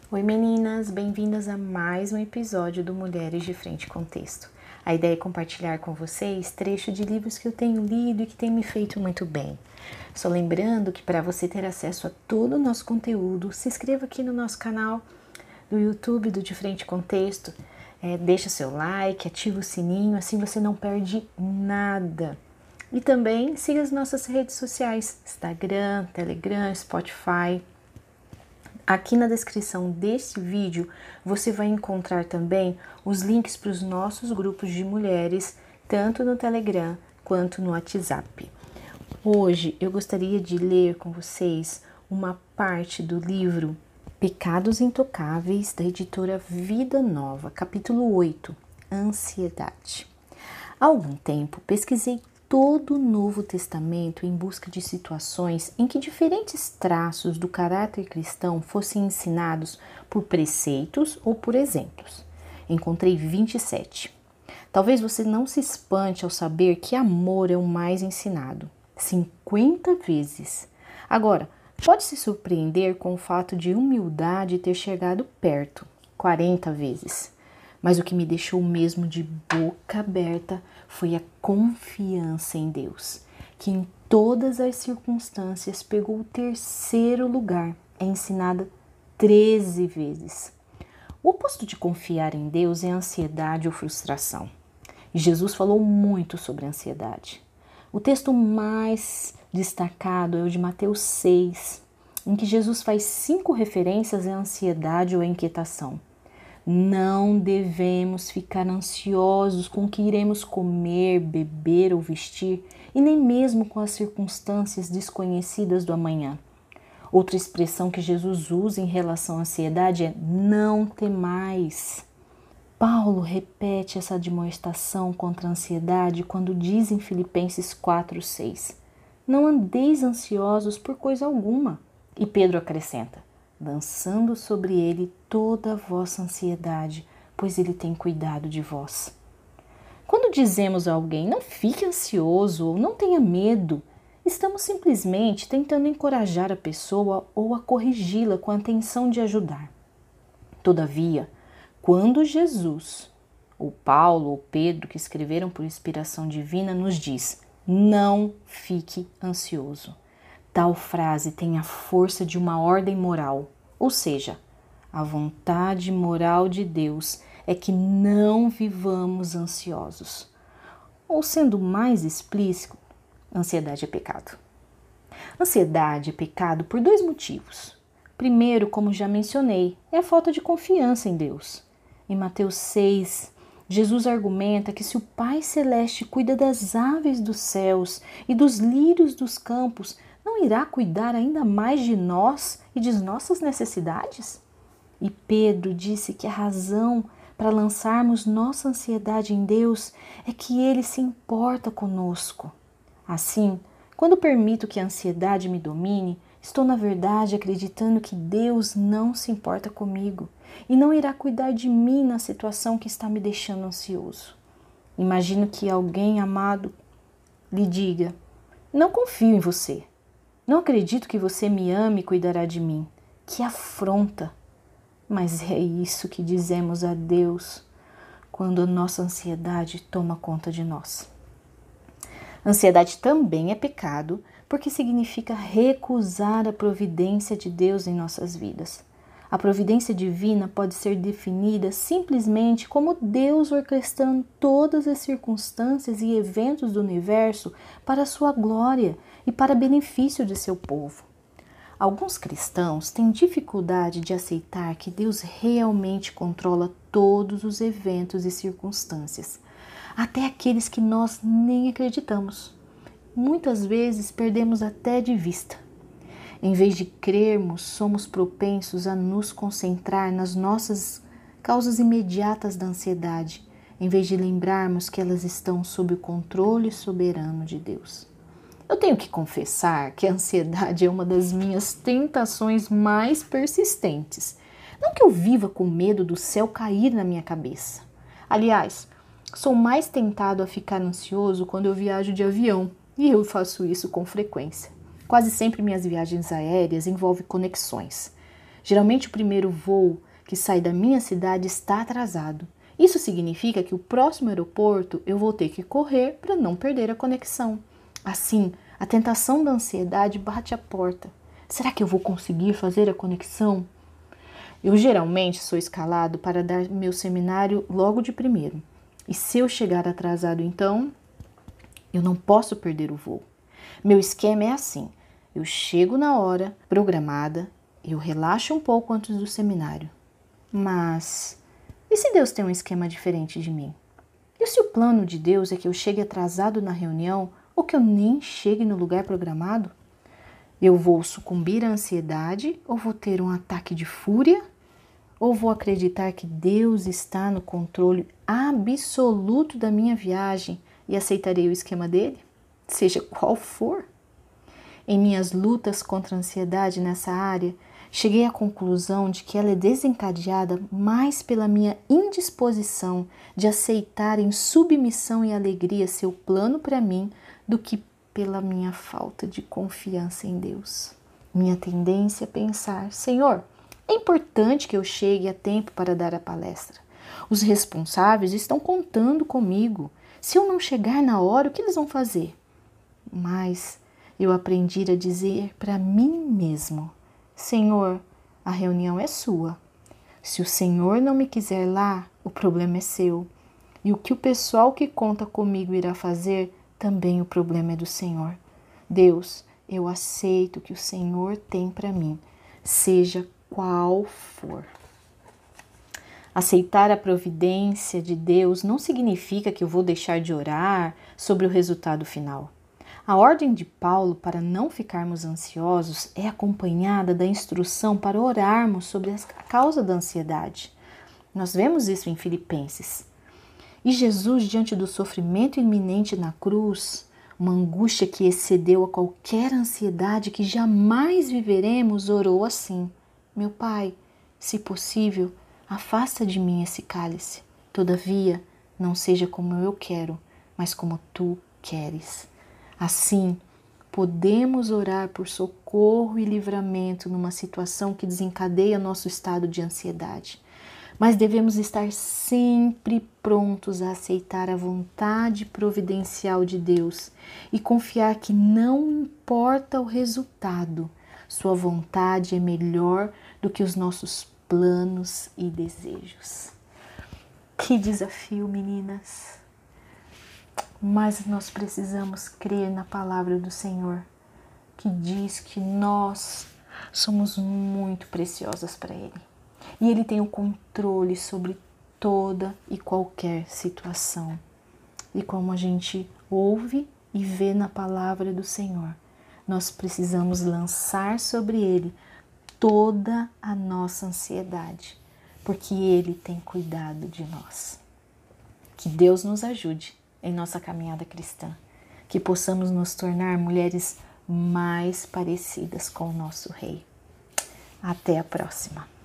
Oi meninas, bem-vindas a mais um episódio do Mulheres de Frente com Texto. A ideia é compartilhar com vocês trechos de livros que eu tenho lido e que têm me feito muito bem. Só lembrando que para você ter acesso a todo o nosso conteúdo, se inscreva aqui no nosso canal do YouTube do De Frente com Texto, deixa seu like, ativa o sininho, assim você não perde nada. E também siga as nossas redes sociais, Instagram, Telegram, Spotify. Aqui na descrição deste vídeo você vai encontrar também os links para os nossos grupos de mulheres, tanto no Telegram quanto no WhatsApp. Hoje eu gostaria de ler com vocês uma parte do livro Pecados Intocáveis, da editora Vida Nova, capítulo 8, Ansiedade. Há algum tempo pesquisei todo o Novo Testamento em busca de situações em que diferentes traços do caráter cristão fossem ensinados por preceitos ou por exemplos. Encontrei 27. Talvez você não se espante ao saber que amor é o mais ensinado, 50 vezes. Agora, pode se surpreender com o fato de humildade ter chegado perto, 40 vezes. Mas o que me deixou mesmo de boca aberta foi a confiança em Deus, que em todas as circunstâncias pegou o terceiro lugar, é ensinada 13 vezes. O oposto de confiar em Deus é ansiedade ou frustração. E Jesus falou muito sobre ansiedade. O texto mais destacado é o de Mateus 6, em que Jesus faz 5 referências à ansiedade ou à inquietação. Não devemos ficar ansiosos com o que iremos comer, beber ou vestir, e nem mesmo com as circunstâncias desconhecidas do amanhã. Outra expressão que Jesus usa em relação à ansiedade é não temais. Paulo repete essa admoestação contra a ansiedade quando diz em Filipenses 4:6: não andeis ansiosos por coisa alguma. E Pedro acrescenta: lançando sobre ele toda a vossa ansiedade, pois ele tem cuidado de vós. Quando dizemos a alguém não fique ansioso ou não tenha medo, estamos simplesmente tentando encorajar a pessoa ou a corrigi-la com a intenção de ajudar. Todavia, quando Jesus, ou Paulo ou Pedro, que escreveram por inspiração divina, nos diz: não fique ansioso, tal frase tem a força de uma ordem moral, ou seja, a vontade moral de Deus é que não vivamos ansiosos. Ou sendo mais explícito, ansiedade é pecado. Ansiedade é pecado por 2 motivos. Primeiro, como já mencionei, é a falta de confiança em Deus. Em Mateus 6, Jesus argumenta que se o Pai Celeste cuida das aves dos céus e dos lírios dos campos, não irá cuidar ainda mais de nós e de nossas necessidades? E Pedro disse que a razão para lançarmos nossa ansiedade em Deus é que Ele se importa conosco. Assim, quando permito que a ansiedade me domine, estou na verdade acreditando que Deus não se importa comigo e não irá cuidar de mim na situação que está me deixando ansioso. Imagino que alguém amado lhe diga: não confio em você. Não acredito que você me ame e cuidará de mim. Que afronta! Mas é isso que dizemos a Deus quando a nossa ansiedade toma conta de nós. Ansiedade também é pecado porque significa recusar a providência de Deus em nossas vidas. A providência divina pode ser definida simplesmente como Deus orquestrando todas as circunstâncias e eventos do universo para a sua glória e para benefício de seu povo. Alguns cristãos têm dificuldade de aceitar que Deus realmente controla todos os eventos e circunstâncias, até aqueles que nós nem acreditamos. Muitas vezes perdemos até de vista. Em vez de crermos, somos propensos a nos concentrar nas nossas causas imediatas da ansiedade, em vez de lembrarmos que elas estão sob o controle soberano de Deus. Eu tenho que confessar que a ansiedade é uma das minhas tentações mais persistentes. Não que eu viva com medo do céu cair na minha cabeça. Aliás, sou mais tentado a ficar ansioso quando eu viajo de avião, e eu faço isso com frequência. Quase sempre minhas viagens aéreas envolvem conexões. Geralmente o primeiro voo que sai da minha cidade está atrasado. Isso significa que o próximo aeroporto eu vou ter que correr para não perder a conexão. Assim, a tentação da ansiedade bate à porta. Será que eu vou conseguir fazer a conexão? Eu geralmente sou escalado para dar meu seminário logo de primeiro. E se eu chegar atrasado, então, eu não posso perder o voo. Meu esquema é assim: eu chego na hora programada, eu relaxo um pouco antes do seminário. Mas e se Deus tem um esquema diferente de mim? E se o plano de Deus é que eu chegue atrasado na reunião ou que eu nem chegue no lugar programado? Eu vou sucumbir à ansiedade ou vou ter um ataque de fúria? Ou vou acreditar que Deus está no controle absoluto da minha viagem e aceitarei o esquema dele, seja qual for? Em minhas lutas contra a ansiedade nessa área, cheguei à conclusão de que ela é desencadeada mais pela minha indisposição de aceitar em submissão e alegria seu plano para mim do que pela minha falta de confiança em Deus. Minha tendência é pensar: Senhor, é importante que eu chegue a tempo para dar a palestra. Os responsáveis estão contando comigo. Se eu não chegar na hora, o que eles vão fazer? Mas eu aprendi a dizer para mim mesmo: Senhor, a reunião é sua. Se o Senhor não me quiser lá, o problema é seu. E o que o pessoal que conta comigo irá fazer, também o problema é do Senhor. Deus, eu aceito o que o Senhor tem para mim, seja qual for. Aceitar a providência de Deus não significa que eu vou deixar de orar sobre o resultado final. A ordem de Paulo para não ficarmos ansiosos é acompanhada da instrução para orarmos sobre a causa da ansiedade. Nós vemos isso em Filipenses. E Jesus, diante do sofrimento iminente na cruz, uma angústia que excedeu a qualquer ansiedade que jamais viveremos, orou assim: Meu Pai, se possível, afasta de mim esse cálice. Todavia, não seja como eu quero, mas como tu queres. Assim, podemos orar por socorro e livramento numa situação que desencadeia nosso estado de ansiedade. Mas devemos estar sempre prontos a aceitar a vontade providencial de Deus e confiar que não importa o resultado, sua vontade é melhor do que os nossos planos e desejos. Que desafio, meninas! Mas nós precisamos crer na palavra do Senhor, que diz que nós somos muito preciosas para Ele. E Ele tem o controle sobre toda e qualquer situação. E como a gente ouve e vê na palavra do Senhor, nós precisamos lançar sobre Ele toda a nossa ansiedade, porque Ele tem cuidado de nós. Que Deus nos ajude em nossa caminhada cristã, que possamos nos tornar mulheres mais parecidas com o nosso Rei. Até a próxima!